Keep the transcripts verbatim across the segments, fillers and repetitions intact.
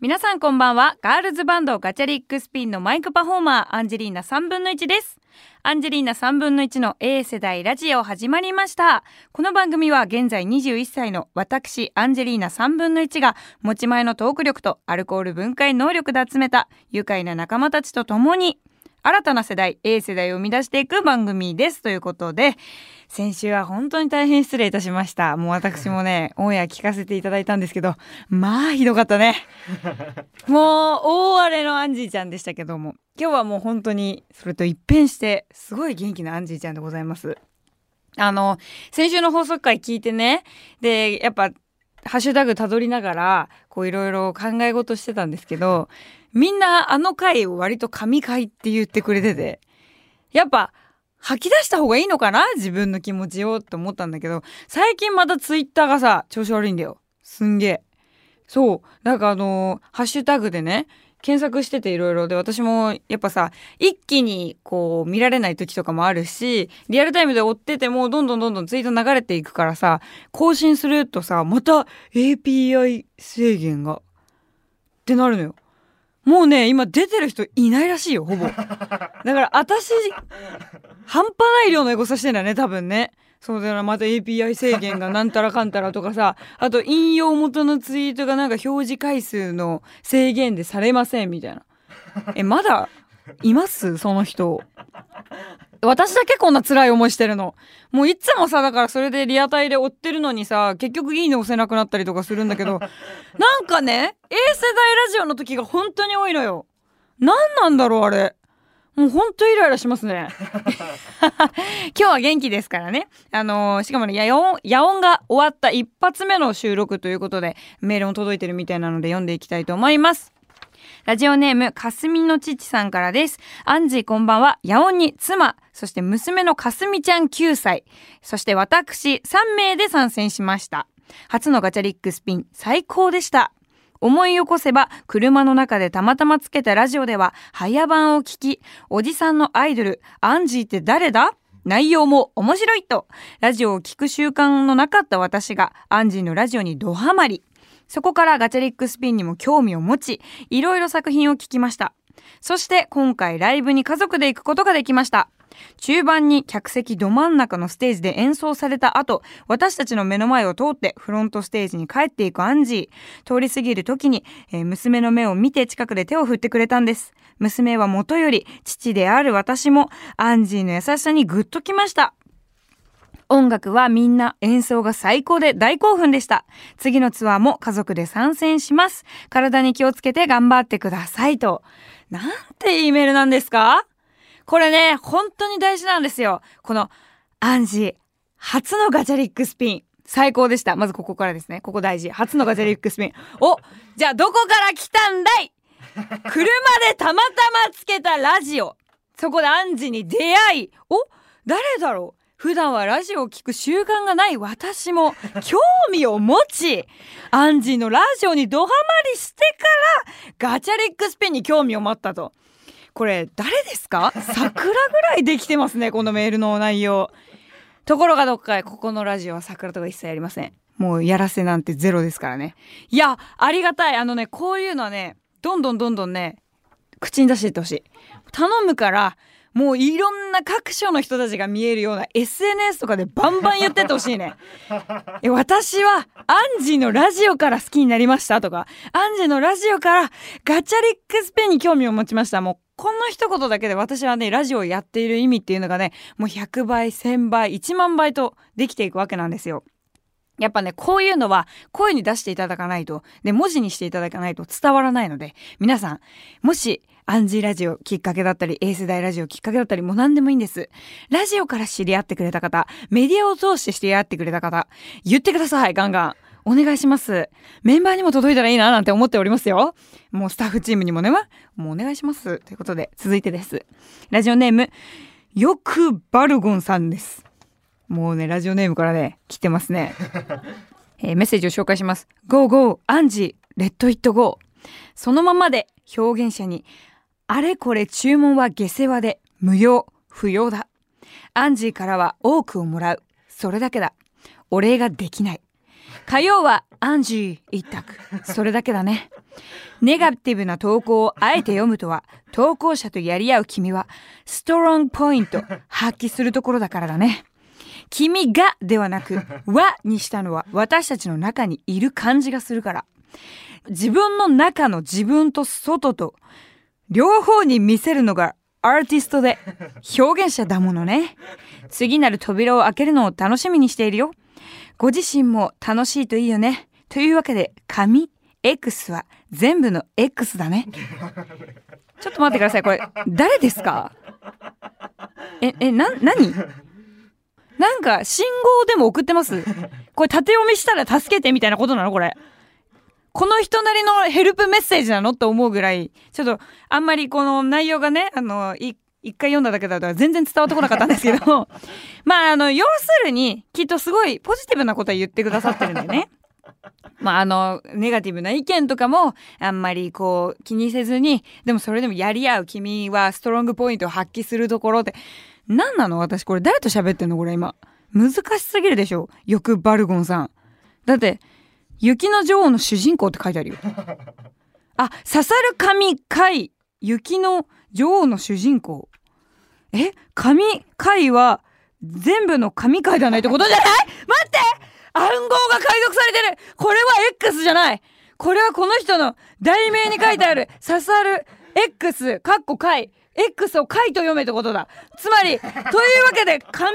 皆さんこんばんは。ガールズバンドガチャリックスピンのマイクパフォーマーアンジェリーナさんぶんのいちです。アンジェリーナさんぶんのいちの A 世代ラジオ始まりました。この番組は現在にじゅういっさいの私アンジェリーナさんぶんのいちが持ち前のトーク力とアルコール分解能力で集めた愉快な仲間たちと共に新たな世代 A 世代を生み出していく番組ですということで、先週は本当に大変失礼いたしました。もう私もねオンエア聞かせていただいたんですけど、まあひどかったね。もう大荒れのアンジーちゃんでしたけども、今日はもう本当にそれと一変してすごい元気なアンジーちゃんでございます。あの先週の放送回聞いてね、でやっぱハッシュタグたどりながらこういろいろ考え事してたんですけど、みんなあの回を割と神回って言ってくれてて、やっぱ吐き出した方がいいのかな自分の気持ちをって思ったんだけど、最近またツイッターがさ調子悪いんだよ。すんげえ。そうなんかあのー、ハッシュタグでね検索してていろいろで、私もやっぱさ一気にこう見られない時とかもあるし、リアルタイムで追っててもどんどんどんどんツイート流れていくからさ、更新するとさまた エーピーアイ 制限がってなるのよ。もうね今出てる人いないらしいよほぼ。だから私半端ない量のエゴサしてんだよね多分ね。そうだからまた エーピーアイ 制限がなんたらかんたらとかさ、あと引用元のツイートがなんか表示回数の制限でされませんみたいな。えまだいますその人。私だけこんな辛い思いしてるの。もういつもさだからそれでリアタイで追ってるのにさ結局いいね押せなくなったりとかするんだけどなんかね A 世代ラジオの時が本当に多いのよ。なんなんだろうあれ。もうほんとイライラしますね。今日は元気ですからね。あのー、しかもね野音、野音が終わった一発目の収録ということでメールも届いてるみたいなので読んでいきたいと思います。ラジオネームかすみのちちさんからです。アンジーこんばんは。野音に妻、そして娘のかすみちゃんきゅうさい、そして私さんめいで参戦しました。初のガチャリックスピン最高でした。思い起こせば車の中でたまたまつけたラジオでは早番を聞き、おじさんのアイドルアンジーって誰だ、内容も面白いとラジオを聞く習慣のなかった私がアンジーのラジオにドハマり、そこからガチャリックスピンにも興味を持ち、いろいろ作品を聞きました。そして今回ライブに家族で行くことができました。中盤に客席ど真ん中のステージで演奏された後、私たちの目の前を通ってフロントステージに帰っていくアンジー。通り過ぎる時に、えー、娘の目を見て近くで手を振ってくれたんです。娘はもとより父である私もアンジーの優しさにグッときました。音楽はみんな演奏が最高で大興奮でした。次のツアーも家族で参戦します。体に気をつけて頑張ってくださいと。なんていいメールなんですか？これね本当に大事なんですよ。このアンジー初のガチャリックスピン最高でした。まずここからですね。ここ大事。初のガチャリックスピン。お、じゃあどこから来たんだい？車でたまたまつけたラジオ。そこでアンジーに出会い、お、誰だろう？普段はラジオを聞く習慣がない私も興味を持ち、アンジーのラジオにドハマりしてからガチャリックスピンに興味を持ったと。これ誰ですか？桜ぐらいできてますねこのメールの内容。ところがどっかここのラジオは桜とか一切やりません。もうやらせなんてゼロですからね。いやありがたい。あのねこういうのはねどんどんどんどんね口に出していってほしい。頼むから、もういろんな各所の人たちが見えるような エスエヌエス とかでバンバン言ってってほしいね。え私はアンジーのラジオから好きになりましたとか、アンジーのラジオからガチャリックスピンに興味を持ちました。もうこの一言だけで私はねラジオをやっている意味っていうのがねもうひゃくばいせんばいいちまんばいとできていくわけなんですよ。やっぱねこういうのは声に出していただかないと、で文字にしていただかないと伝わらないので、皆さんもしアンジーラジオきっかけだったり A 世代ラジオきっかけだったりもう何でもいいんです。ラジオから知り合ってくれた方、メディアを通して知り合ってくれた方、言ってください。ガンガンお願いします。メンバーにも届いたらいいななんて思っておりますよ。もうスタッフチームにもねもうお願いしますということで、続いてです。ラジオネームよくバルゴンさんです。もうねラジオネームからね来てますね。えー、メッセージを紹介します。 ゴーゴー アンジーレッドイットゴー。そのままで表現者にあれこれ注文は下世話で無用不要だ。アンジーからは多くをもらう、それだけだ。お礼ができない。 火曜はアンジー一択。それだけだね。ネガティブな投稿をあえて読むとは、投稿者とやり合う君はストロングポイント発揮するところだからだね。君がではなくはにしたのは私たちの中にいる感じがするから。自分の中の自分と外と両方に見せるのがアーティストで表現者だものね。次なる扉を開けるのを楽しみにしているよ。ご自身も楽しいといいよね。というわけで紙 X は全部の X だね。ちょっと待ってください。これ誰ですか？え、え、な、何？なんか信号でも送ってます？これ縦読みしたら助けてみたいなことなのこれ？この人なりのヘルプメッセージなのって思うぐらい、ちょっとあんまりこの内容がね、あの、い一回読んだだけだと全然伝わってこなかったんですけど、まああの、要するにきっとすごいポジティブなことを言ってくださってるんでね。まああの、ネガティブな意見とかもあんまりこう気にせずに、でもそれでもやり合う君はストロングポイントを発揮するところで、何なの私これ誰と喋ってんのこれ今。難しすぎるでしょ。よくバルゴンさん。だって、雪の女王の主人公って書いてあるよ。あ、刺さる神回、雪の女王の主人公。え、神回は全部の神回だねってことじゃない？待って！暗号が解読されてる！これは X じゃない！これはこの人の題名に書いてある刺さる X、カッコ回。X を回と読めってことだ。つまり、というわけで、神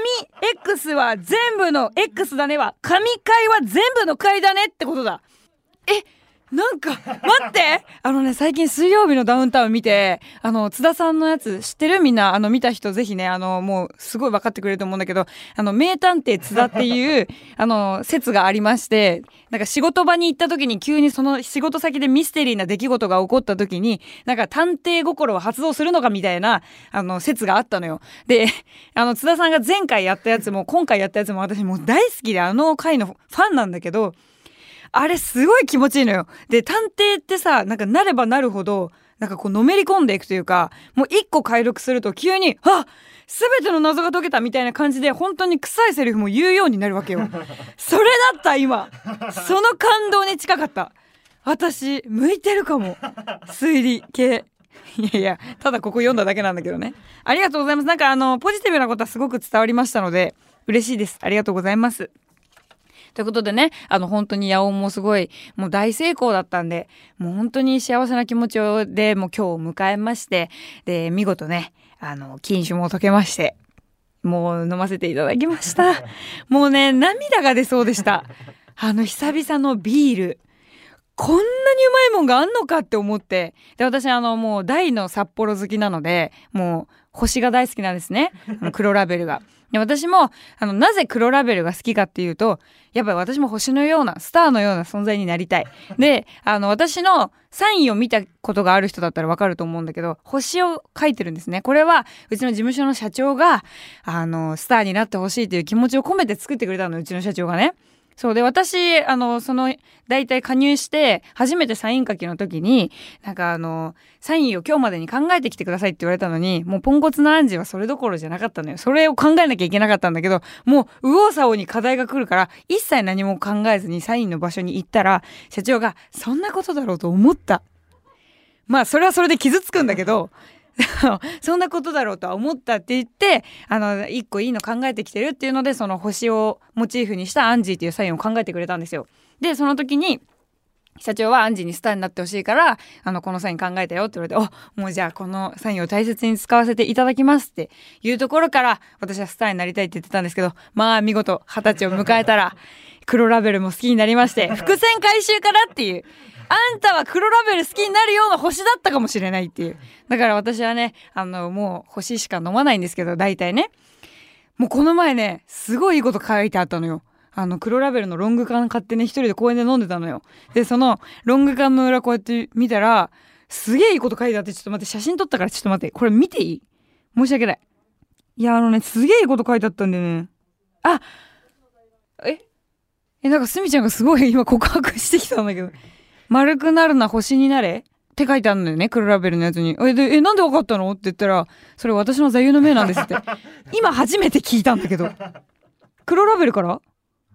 X は全部の X だねは、神回は全部の回だねってことだ。え、なんか、待ってあのね、最近水曜日のダウンタウン見て、あの、津田さんのやつ知ってる？みんな、あの、見た人ぜひね、あの、もう、すごい分かってくれると思うんだけど、あの、名探偵津田っていう、あの、説がありまして、なんか仕事場に行った時に急にその仕事先でミステリーな出来事が起こった時に、なんか探偵心を発動するのかみたいな、あの、説があったのよ。で、あの、津田さんが前回やったやつも、今回やったやつも私もう大好きで、あの回のファンなんだけど、あれすごい気持ちいいのよ。で、探偵ってさ、なんかなればなるほど、なんかこうのめり込んでいくというか、もう一個解読すると急に、あ、すべての謎が解けたみたいな感じで、本当に臭いセリフも言うようになるわけよ。それだった今。その感動に近かった。私、向いてるかも。推理系。いやいや、ただここ読んだだけなんだけどね。ありがとうございます。なんかあの、ポジティブなことはすごく伝わりましたので、嬉しいです。ありがとうございます。ということでね、あの本当に野音もすごいもう大成功だったんで、もう本当に幸せな気持ちでもう今日を迎えまして、で見事ね、あの禁酒も解けまして、もう飲ませていただきました。もうね、涙が出そうでした。あの久々のビール、こんなにうまいもんがあんのかって思って、で私あのもう大の札幌好きなので、もう星が大好きなんですね。黒ラベルが。で私もあのなぜ黒ラベルが好きかっていうと、やっぱり私も星のようなスターのような存在になりたい。で、あの私のサインを見たことがある人だったらわかると思うんだけど、星を書いてるんですね。これはうちの事務所の社長があのスターになってほしいという気持ちを込めて作ってくれたの、うちの社長がね。そうで、私あのその大体加入して初めてサイン書きの時に、なんかあのサインを今日までに考えてきてくださいって言われたのに、もうポンコツなアンジーはそれどころじゃなかったのよ。それを考えなきゃいけなかったんだけど、もう右往左往に課題が来るから一切何も考えずにサインの場所に行ったら、社長がそんなことだろうと思った。まあそれはそれで傷つくんだけどそんなことだろうとは思ったって言って、あの一個いいの考えてきてるっていうので、その星をモチーフにしたアンジーっていうサインを考えてくれたんですよ。でその時に社長はアンジーにスターになってほしいから、あのこのサイン考えたよって言われて、お、もうじゃあこのサインを大切に使わせていただきますっていうところから、私はスターになりたいって言ってたんですけど、まあ見事二十歳を迎えたら黒ラベルも好きになりまして、伏線回収からっていう、あんたは黒ラベル好きになるような星だったかもしれないっていう。だから私はね、あのもう星しか飲まないんですけど、大体ね、もうこの前ね、すごいいいこと書いてあったのよ。あの黒ラベルのロング缶買ってね、一人で公園で飲んでたのよ。でそのロング缶の裏こうやって見たら、すげえいいこと書いてあって、ちょっと待って、写真撮ったからちょっと待って、これ見ていい？申し訳ない。いやあのね、すげえいいこと書いてあったんでね。あええなんかすみちゃんがすごい今告白してきたんだけど、丸くなるな星になれって書いてあるんだよね、黒ラベルのやつに。えでえなんでわかったのって言ったら、それ私の座右の銘なんですって今初めて聞いたんだけど。黒ラベルから？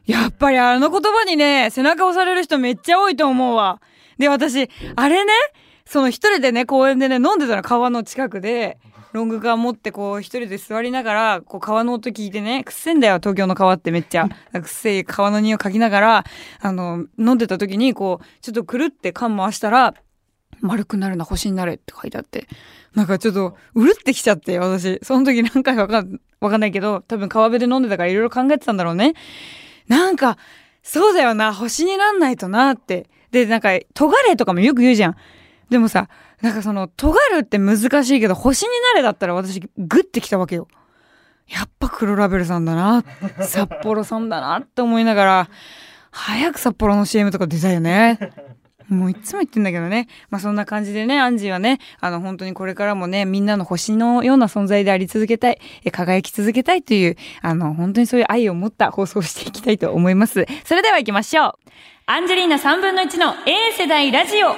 やっぱりあの言葉にね背中押される人めっちゃ多いと思うわ。で私あれねその一人でね公園でね飲んでたら川の近くでロング缶持ってこう一人で座りながらこう川の音聞いてねくっせんだよ東京の川ってめっちゃくっせえ川の匂い嗅ぎながらあの飲んでた時にこうちょっとくるって缶回したら丸くなるな星になれって書いてあってなんかちょっとうるってきちゃって私その時何回わかんわかんないけど多分川辺で飲んでたからいろいろ考えてたんだろうね。なんかそうだよな星になんないとなってでなんか尖れとかもよく言うじゃん。でもさなんかその尖るって難しいけど星になれだったら私グッてきたわけよ。やっぱ黒ラベルさんだな札幌さんだなって思いながら早く札幌の シーエム とか出たよね。もういつも言ってんだけどね。まあそんな感じでねアンジーはねあの本当にこれからもねみんなの星のような存在であり続けたいえ輝き続けたいというあの本当にそういう愛を持った放送をしていきたいと思います。それでは行きましょう。アンジェリーナさんぶんのいちの A 世代ラジオ。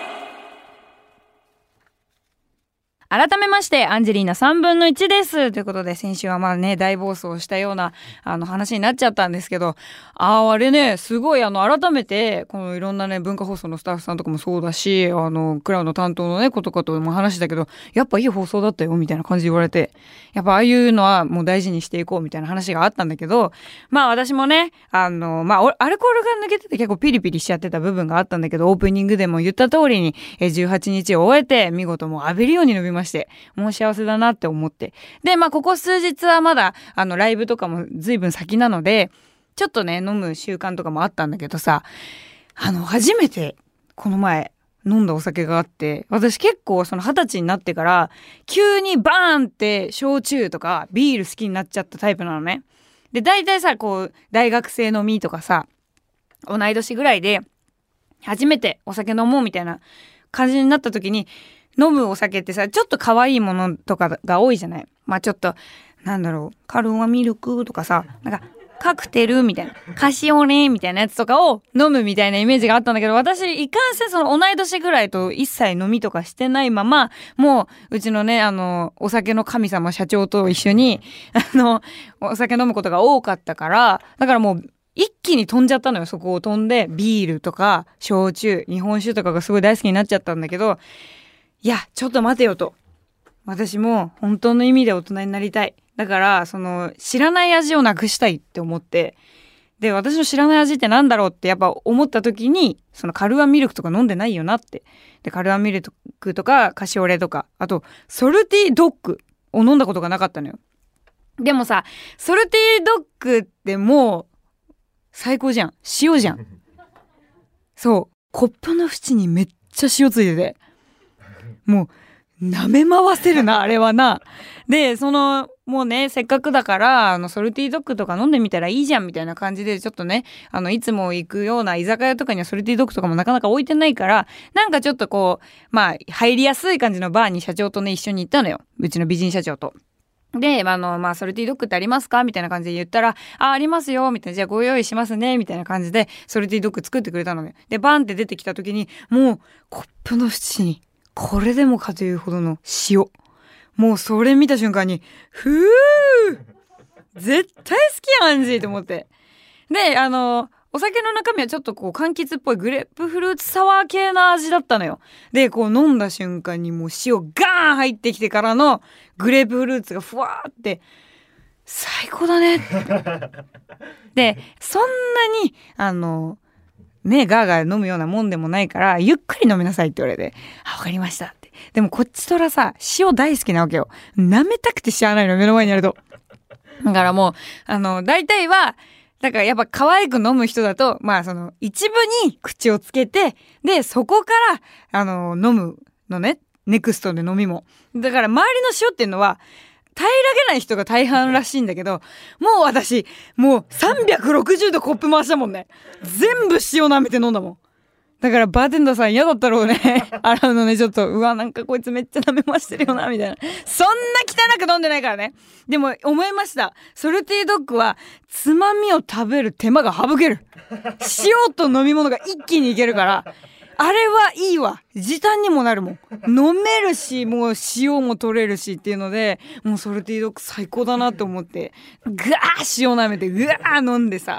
改めましてアンジェリーナさんぶんのいちですということで先週はまあね大暴走したようなあの話になっちゃったんですけどあああれねすごいあの改めてこのいろんなね文化放送のスタッフさんとかもそうだしあのクラウの担当のね子とかとも話だけどやっぱいい放送だったよみたいな感じで言われてやっぱああいうのはもう大事にしていこうみたいな話があったんだけどまあ私もねあのまあアルコールが抜けてて結構ピリピリしちゃってた部分があったんだけどオープニングでも言った通りにじゅうはちにちを終えて見事もう浴びるように伸びましてもう幸せだなって思ってでまあここ数日はまだあのライブとかも随分先なのでちょっとね飲む習慣とかもあったんだけどさあの初めてこの前飲んだお酒があって私結構その二十歳になってから急にバーンって焼酎とかビール好きになっちゃったタイプなのね。で大体さこう大学生飲みとかさ同い年ぐらいで初めてお酒飲もうみたいな感じになった時に飲むお酒ってさちょっと可愛いものとかが多いじゃない。まあちょっとなんだろうカルーアミルクとかさなんかカクテルみたいなカシオレみたいなやつとかを飲むみたいなイメージがあったんだけど私いかんせんその同い年ぐらいと一切飲みとかしてないままもううちのねあのお酒の神様社長と一緒にあのお酒飲むことが多かったからだからもう一気に飛んじゃったのよ。そこを飛んでビールとか焼酎日本酒とかがすごい大好きになっちゃったんだけどいやちょっと待てよと私も本当の意味で大人になりたいだからその知らない味をなくしたいって思ってで私の知らない味ってなんだろうってやっぱ思った時にそのカルアミルクとか飲んでないよなってでカルアミルクとかカシオレとかあとソルティドッグを飲んだことがなかったのよ。でもさソルティドッグってもう最高じゃん塩じゃんそうコップの縁にめっちゃ塩ついててもう舐め回せるなあれはな。でそのもうねせっかくだからあのソルティドッグとか飲んでみたらいいじゃんみたいな感じでちょっとねあのいつも行くような居酒屋とかにはソルティドッグとかもなかなか置いてないからなんかちょっとこうまあ入りやすい感じのバーに社長とね一緒に行ったのようちの美人社長と。で、あの、まあ、ソルティドッグってありますかみたいな感じで言ったら、あ、ありますよみたいな、じゃあご用意しますねみたいな感じで、ソルティドッグ作ってくれたのね。で、バンって出てきた時に、もう、コップの縁に、これでもかというほどの塩。もうそれ見た瞬間に、ふー絶対好きやんじと思って。で、あの、お酒の中身はちょっとこう柑橘っぽいグレープフルーツサワー系の味だったのよ。でこう飲んだ瞬間にもう塩ガーン入ってきてからのグレープフルーツがふわーって最高だねでそんなにあのねガーガー飲むようなもんでもないからゆっくり飲みなさいって言われてあわかりましたって。でもこっちとらさ塩大好きなわけよ。舐めたくてしゃあないの目の前にあると。だからもうあの大体はだからやっぱ可愛く飲む人だとまあその一部に口をつけてでそこからあの飲むのねネクストで飲みもだから周りの塩っていうのは平らげない人が大半らしいんだけどもう私もうさんびゃくろくじゅうどコップ回したもんね。全部塩舐めて飲んだもん。だからバーテンダーさん嫌だったろうね洗うのねちょっとうわなんかこいつめっちゃ舐め回してるよなみたいなそんな汚く飲んでないからね。でも思いましたソルティドッグはつまみを食べる手間が省ける塩と飲み物が一気にいけるからあれはいいわ時短にもなるもん飲めるしもう塩も取れるしっていうのでもうソルティドッグ最高だなと思ってぐわー塩舐めてぐわー飲んでさ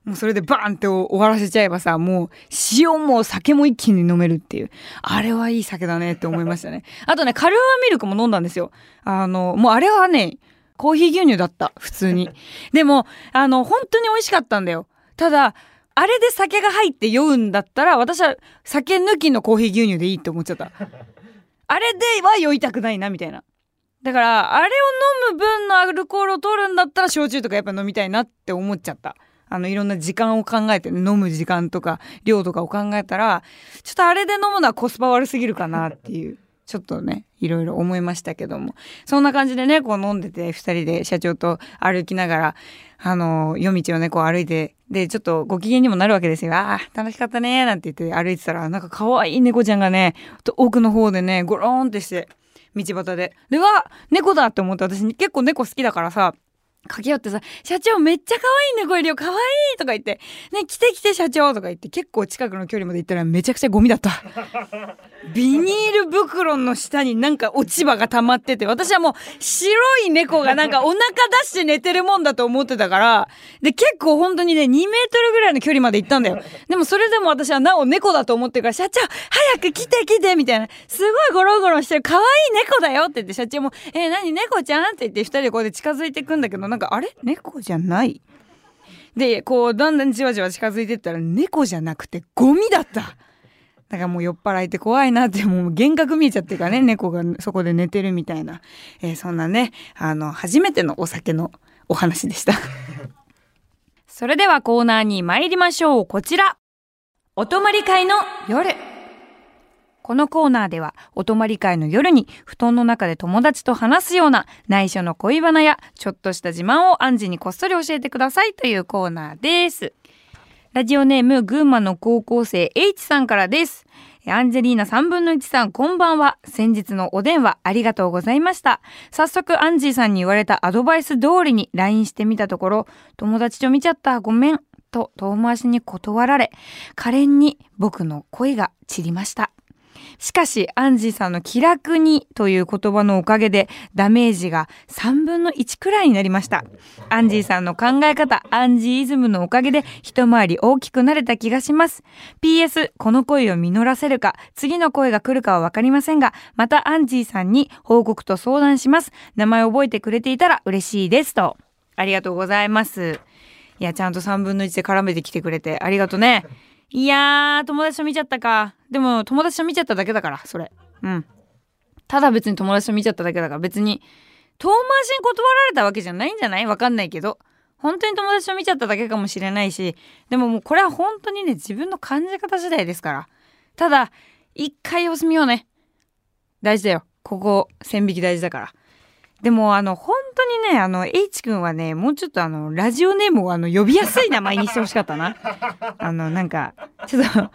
もうそれでバーンって終わらせちゃえばさ、もう塩も酒も一気に飲めるっていう、あれはいい酒だねって思いましたね。あとね、カルーアミルクも飲んだんですよ。あのもうあれはねコーヒー牛乳だった普通に。でもあの本当に美味しかったんだよ。ただあれで酒が入って酔うんだったら、私は酒抜きのコーヒー牛乳でいいって思っちゃった。あれでは酔いたくないなみたいな。だからあれを飲む分のアルコールを取るんだったら焼酎とかやっぱ飲みたいなって思っちゃった。あのいろんな時間を考えて、飲む時間とか量とかを考えたら、ちょっとあれで飲むのはコスパ悪すぎるかなっていうちょっとねいろいろ思いましたけども、そんな感じでねこう飲んでてふたりで社長と歩きながらあの夜道をねこう歩いて、でちょっとご機嫌にもなるわけですよ。あー楽しかったねなんて言って歩いてたら、なんか可愛い猫ちゃんがね奥の方でねゴローンってして道端で、でわ猫だって思って、私結構猫好きだからさ駆け寄ってさ、社長めっちゃ可愛い猫いるよ、可愛いとか言って、ね来て来て社長とか言って、結構近くの距離まで行ったらめちゃくちゃゴミだった。ビニール袋の下になんか落ち葉が溜まってて、私はもう白い猫がなんかお腹出して寝てるもんだと思ってたから、で結構本当にねにメートルぐらいの距離まで行ったんだよ。でもそれでも私はなお猫だと思ってるから、社長早く来て来てみたいな、すごいゴロゴロしてる可愛い猫だよって言って、社長もえー、何猫ちゃんって言ってふたりでこうやって近づいてくんだけど、なんかあれ猫じゃないで、こうだんだんじわじわ近づいてったら猫じゃなくてゴミだった。だからもう酔っ払いって怖いなって、もう幻覚見えちゃってるからね、猫がそこで寝てるみたいな、えー、そんなねあの初めてのお酒のお話でした。それではコーナーに参りましょう。こちら、お泊まり会の夜。このコーナーではお泊まり会の夜に布団の中で友達と話すような内緒の恋バナやちょっとした自慢をアンジにこっそり教えてくださいというコーナーです。ラジオネーム群馬の高校生 H さんからです。アンジェリーナさんぶんのいちさん、こんばんは。先日のお電話ありがとうございました。早速アンジーさんに言われたアドバイス通りに ライン してみたところ、友達と見ちゃったごめんと遠回しに断られ、可憐に僕の恋が散りました。しかしアンジーさんの気楽にという言葉のおかげでダメージがさんぶんのいちくらいになりました。アンジーさんの考え方、アンジーイズムのおかげで一回り大きくなれた気がします。 ピーエス この恋を実らせるか次の恋が来るかは分かりませんが、またアンジーさんに報告と相談します。名前覚えてくれていたら嬉しいですと。ありがとうございます。いやちゃんとさんぶんのいちで絡めてきてくれてありがとうね。いやー友達と見ちゃったか。でも友達と見ちゃっただけだからそれ。うんただ別に友達と見ちゃっただけだから、別に遠回しに断られたわけじゃないんじゃない？わかんないけど、本当に友達と見ちゃっただけかもしれないし、でももうこれは本当にね自分の感じ方次第ですから。ただ一回様子見ようね。大事だよ、ここ線引き大事だから。でもあの本当にねあの H 君はねもうちょっとあのラジオネームをあの呼びやすい名前にしてほしかったな。あのなんかちょっと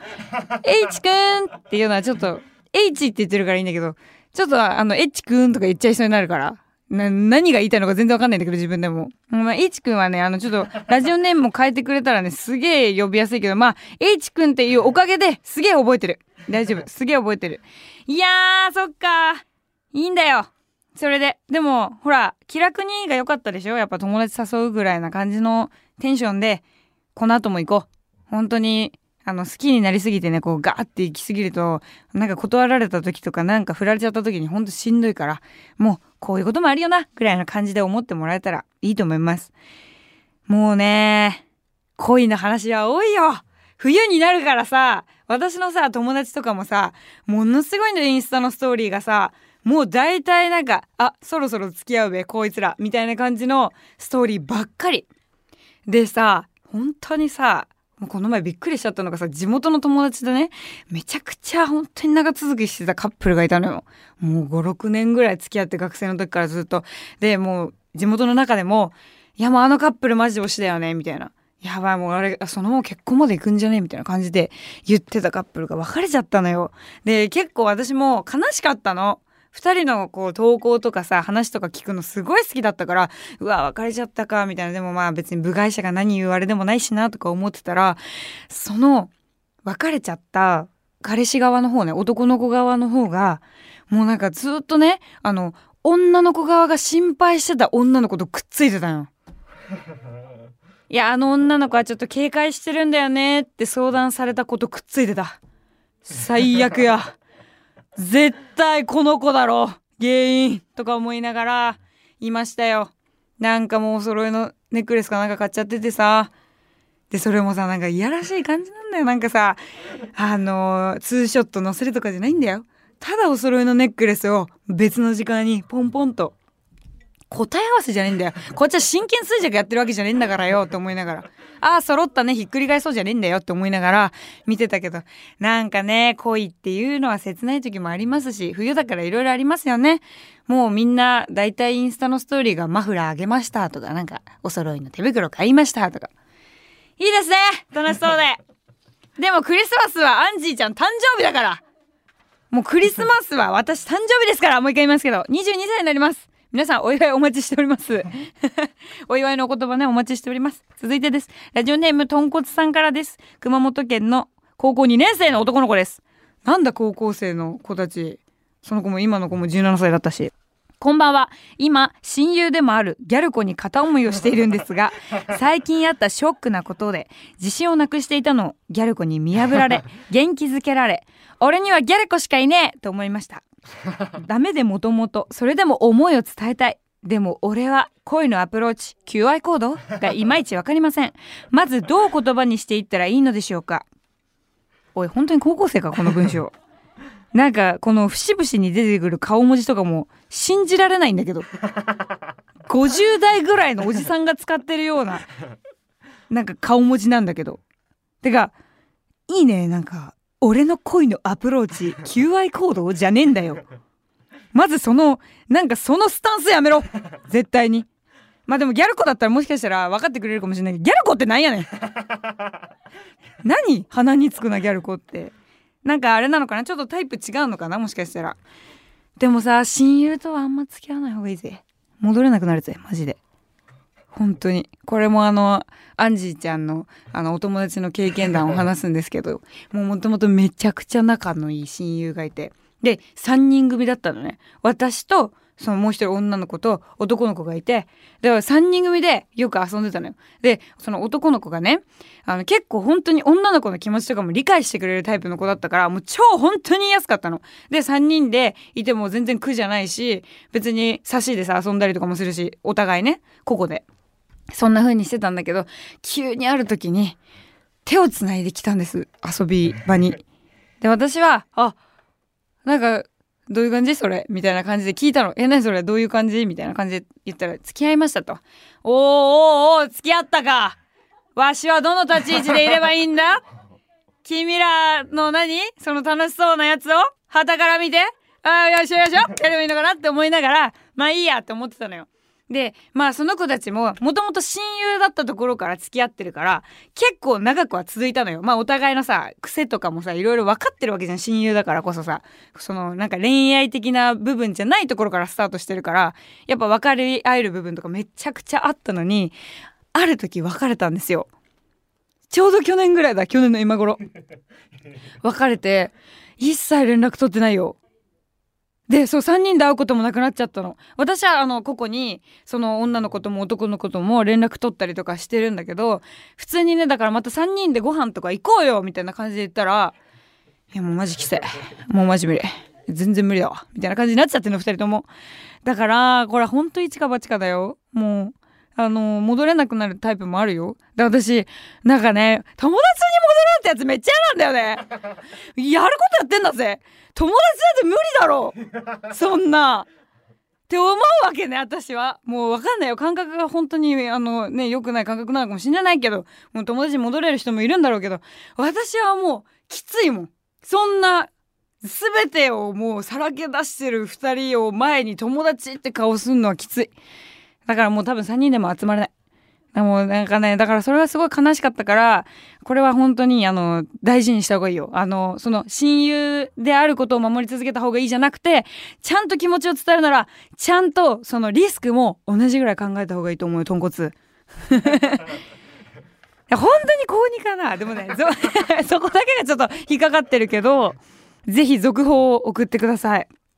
H 君っていうのはちょっと H って言ってるからいいんだけど、ちょっとあの H 君とか言っちゃいそうになるからな、何が言いたいのか全然わかんないんだけど自分でも、まあ、H 君はねあのちょっとラジオネームも変えてくれたらねすげえ呼びやすいけど、まあ H 君っていうおかげですげえ覚えてる。大丈夫、すげえ覚えてる。いやーそっかいいんだよそれで。でもほら気楽にが良かったでしょ。やっぱ友達誘うぐらいな感じのテンションでこの後も行こう。本当にあの好きになりすぎてねこうガーって行きすぎると、なんか断られた時とかなんか振られちゃった時に本当しんどいから、もうこういうこともあるよなぐらいな感じで思ってもらえたらいいと思います。もうね恋の話は多いよ。冬になるからさ、私のさ友達とかもさものすごいのインスタのストーリーがさもう大体なんかあそろそろ付き合うべこいつらみたいな感じのストーリーばっかりでさ、本当にさもうこの前びっくりしちゃったのがさ、地元の友達でねめちゃくちゃ本当に長続きしてたカップルがいたのよ。もうごろくねんぐらい付き合って、学生の時からずっとで、もう地元の中でもいやもうあのカップルマジで推しだよねみたいな、やばいもうあれそのまま結婚まで行くんじゃねみたいな感じで言ってたカップルが別れちゃったのよ。で結構私も悲しかったの。二人のこう投稿とかさ話とか聞くのすごい好きだったから、うわ別れちゃったかみたいな、でもまあ別に部外者が何言うあれでもないしなとか思ってたら、その別れちゃった彼氏側の方ね、男の子側の方がもうなんかずっとねあの女の子側が心配してた女の子とくっついてたの。 いやあの女の子はちょっと警戒してるんだよねって相談されたことくっついてた。最悪や絶対この子だろ原因とか思いながらいましたよ。なんかもうお揃いのネックレスかなんか買っちゃっててさ、でそれもさなんかいやらしい感じなんだよ。なんかさあのー、ツーショット載せるとかじゃないんだよ。ただお揃いのネックレスを別の時間にポンポンと答え合わせじゃねえんだよ。こっちは真剣衰弱やってるわけじゃねえんだからよって思いながら、ああ揃ったねひっくり返そうじゃねえんだよって思いながら見てたけど、なんかね恋っていうのは切ない時もありますし、冬だからいろいろありますよね。もうみんなだいたいインスタのストーリーがマフラーあげましたとか、なんかお揃いの手袋買いましたとか、いいですね楽しそうででもクリスマスはアンジーちゃん誕生日だから、もうクリスマスは私誕生日ですから。もう一回言いますけどにじゅうにさいになります。皆さんお祝いお待ちしておりますお祝いのお言葉ねお待ちしております。続いてです。ラジオネームとんこつさんからです。熊本県の高校にねん生の男の子です。なんだ高校生の子たち、その子も今の子もじゅうななさいだったし。こんばんは。今親友でもあるギャル子に片思いをしているんですが最近あったショックなことで自信をなくしていたのをギャル子に見破られ元気づけられ、俺にはギャル子しかいねえと思いました。ダメでもともとそれでも思いを伝えたい。でも俺は恋のアプローチ キューアイ コードがいまいちわかりません。まずどう言葉にしていったらいいのでしょうか。おい本当に高校生かこの文章なんかこの節々に出てくる顔文字とかも信じられないんだけどごじゅう代ぐらいのおじさんが使ってるようななんか顔文字なんだけど、てかいいね。なんか俺の恋のアプローチ キューアイ コードじゃねえんだよ。まずそのなんかそのスタンスやめろ絶対に。まあでもギャル子だったらもしかしたら分かってくれるかもしれないけど、ギャル子ってなんやねん何鼻につくなギャル子って。なんかあれなのかな、ちょっとタイプ違うのかなもしかしたら。でもさ親友とはあんま付き合わない方がいいぜ。戻れなくなるぜマジで。本当にこれもあのアンジーちゃんのあのお友達の経験談を話すんですけどもうもともとめちゃくちゃ仲のいい親友がいて、でさんにん組だったのね。私とそのもう一人女の子と男の子がいて、だからさんにん組でよく遊んでたのよ。でその男の子がねあの結構本当に女の子の気持ちとかも理解してくれるタイプの子だったから、もう超本当に言いやすかったので、さんにんでいても全然苦じゃないし、別に差しでさ遊んだりとかもするし、お互いね個々でそんな風にしてたんだけど、急にある時に手をつないできたんです、遊び場に。で私はあなんかどういう感じそれみたいな感じで聞いたの。え何それどういう感じみたいな感じで言ったら、付き合いましたと。おーおーおー付き合ったか。わしはどの立ち位置でいればいいんだ君らの何その楽しそうなやつを傍から見て、ああよしよしよやればいいのかなって思いながら、まあいいやって思ってたのよ。でまあその子たちももともと親友だったところから付き合ってるから結構長くは続いたのよ。まあお互いのさ癖とかもさいろいろ分かってるわけじゃん。親友だからこそさ、そのなんか恋愛的な部分じゃないところからスタートしてるから、やっぱ分かり合える部分とかめちゃくちゃあったのに、ある時別れたんですよ。ちょうど去年ぐらいだ、去年の今頃別れて一切連絡取ってないよ。でそうさんにんで会うこともなくなっちゃったの。私はあの個々にその女の子とも男の子とも連絡取ったりとかしてるんだけど、普通にねだからまたさんにんでご飯とか行こうよみたいな感じで言ったら、いやもうマジきせもうマジ無理全然無理だわみたいな感じになっちゃってるのふたりとも。だからこれほんと一か八かだよ。もうあの戻れなくなるタイプもあるよ。で私なんかね友達に戻るってやつめっちゃ嫌なんだよねやることやってんだぜ、友達だって無理だろそんなって思うわけね。私はもう分かんないよ、感覚が本当にあのね良くない感覚なのかもしれないけど、もう友達に戻れる人もいるんだろうけど、私はもうきついもん。そんな全てをもうさらけ出してるふたりを前に友達って顔すんのはきつい。だからもう多分さんにんでも集まれない。もうなんかねだからそれはすごい悲しかったから、これは本当にあの大事にした方がいいよ。あのその親友であることを守り続けた方がいいじゃなくて、ちゃんと気持ちを伝えるならちゃんとそのリスクも同じぐらい考えた方がいいと思うよ、豚骨本当に高にかな。でもねそこだけがちょっと引っかかってるけど、ぜひ続報を送ってください。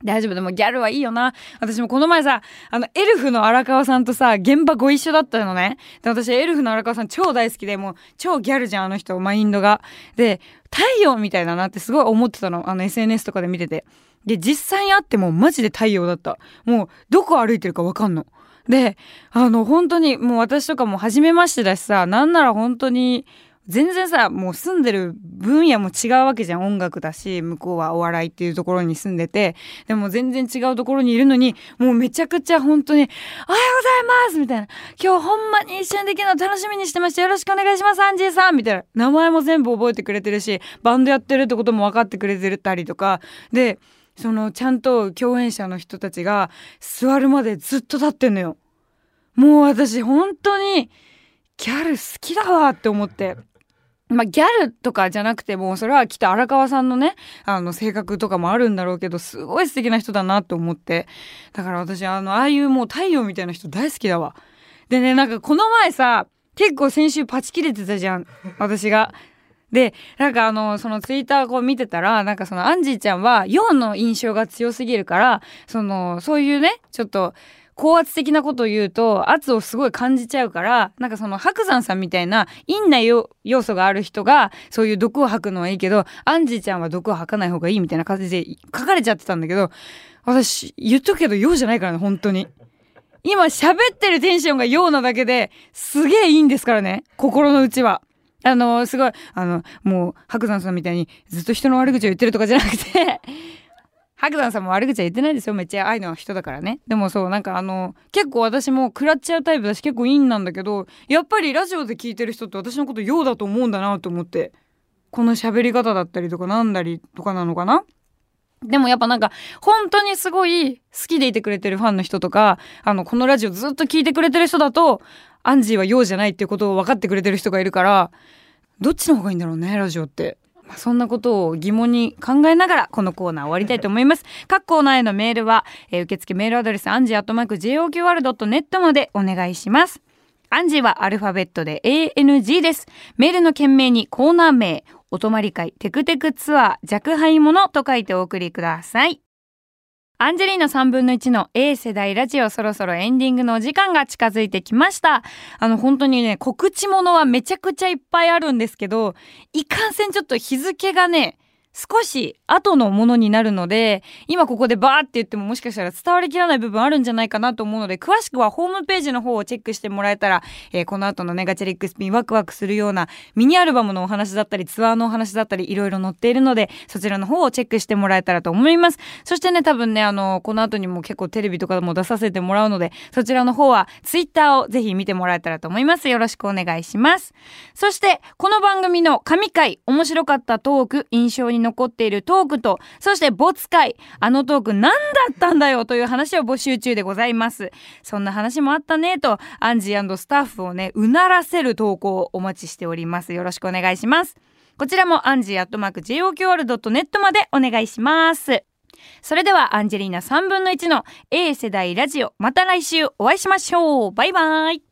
大丈夫。でもギャルはいいよな。私もこの前さ、あのエルフの荒川さんとさ現場ご一緒だったのね。で私エルフの荒川さん超大好きで、もう超ギャルじゃんあの人、マインドが。で太陽みたいだなってすごい思ってたの、あの エスエヌエス とかで見てて。で実際に会ってもマジで太陽だった。もうどこ歩いてるか分かんの。であの本当にもう私とかも初めましてだしさ、なんなら本当に全然さ、もう住んでる分野も違うわけじゃん。音楽だし、向こうはお笑いっていうところに住んでて、でも全然違うところにいるのに、もうめちゃくちゃ本当におはようございますみたいな、今日ほんまに一緒にできるの楽しみにしてました、よろしくお願いしますアンジーさんみたいな、名前も全部覚えてくれてるし、バンドやってるってことも分かってくれてたりとかで、そのちゃんと共演者の人たちが座るまでずっと立ってんのよ。もう私本当にギャル好きだわって思って、まあ、ギャルとかじゃなくてもそれはきっと荒川さんのね、あの性格とかもあるんだろうけど、すごい素敵な人だなと思って、だから私あのああいうもう太陽みたいな人大好きだわ。でね、なんかこの前さ、結構先週パチ切れてたじゃん私が。でなんかあのそのツイッターこう見てたら、なんかそのアンジーちゃんは陽の印象が強すぎるから、そのそういうねちょっと高圧的なことを言うと圧をすごい感じちゃうから、なんかその白山さんみたいな陰な要素がある人がそういう毒を吐くのはいいけど、アンジーちゃんは毒を吐かない方がいいみたいな感じで書かれちゃってたんだけど、私言っとくけど陽じゃないからね。本当に今喋ってるテンションが陽なだけですげえいいんですからね、心の内は。あのすごいあのもう白山さんみたいにずっと人の悪口を言ってるとかじゃなくて白山さんも悪口は言ってないですよ、めっちゃ愛の人だからね。でもそうなんかあの結構私も食らっちゃうタイプだし結構陰なんだけど、やっぱりラジオで聞いてる人って私のこと陽だと思うんだなと思って、この喋り方だったりとかなんだりとかなのかな。でもやっぱなんか本当にすごい好きでいてくれてるファンの人とか、あのこのラジオずっと聞いてくれてる人だとアンジーは陽じゃないっていうことを分かってくれてる人がいるから、どっちの方がいいんだろうねラジオって。まあ、そんなことを疑問に考えながらこのコーナー終わりたいと思います。各コーナーへのメールは、えー、受付メールアドレスアンジーアットマーク ジェイオーキューアールドットネット までお願いします。アンジーはアルファベットで エーエヌジー です。メールの件名にコーナー名、お泊まり会、テクテクツアー、若輩者と書いてお送りください。アンジェリーナさんぶんのいちの A 世代ラジオ、そろそろエンディングのお時間が近づいてきました。あの本当にね、告知物はめちゃくちゃいっぱいあるんですけど、いかんせんちょっと日付がね少し後のものになるので、今ここでバーって言ってももしかしたら伝わりきらない部分あるんじゃないかなと思うので、詳しくはホームページの方をチェックしてもらえたら、えー、この後のねガチャリックスピンワクワクするようなミニアルバムのお話だったりツアーのお話だったりいろいろ載っているので、そちらの方をチェックしてもらえたらと思います。そしてね、多分ねあのこの後にも結構テレビとかも出させてもらうので、そちらの方はツイッターをぜひ見てもらえたらと思います。よろしくお願いします。そしてこの番組の神回、面白かったトーク、印象に残っているトークと、そしてボツ回、あのトーク何だったんだよという話を募集中でございます。そんな話もあったねとアンジー&スタッフをねうならせる投稿をお待ちしております。よろしくお願いします。こちらもアンジーアットマーク ジェイオーキューアールドットネット までお願いします。それではアンジェリーナさんぶんのいちの A 世代ラジオ、また来週お会いしましょう。バイバイ。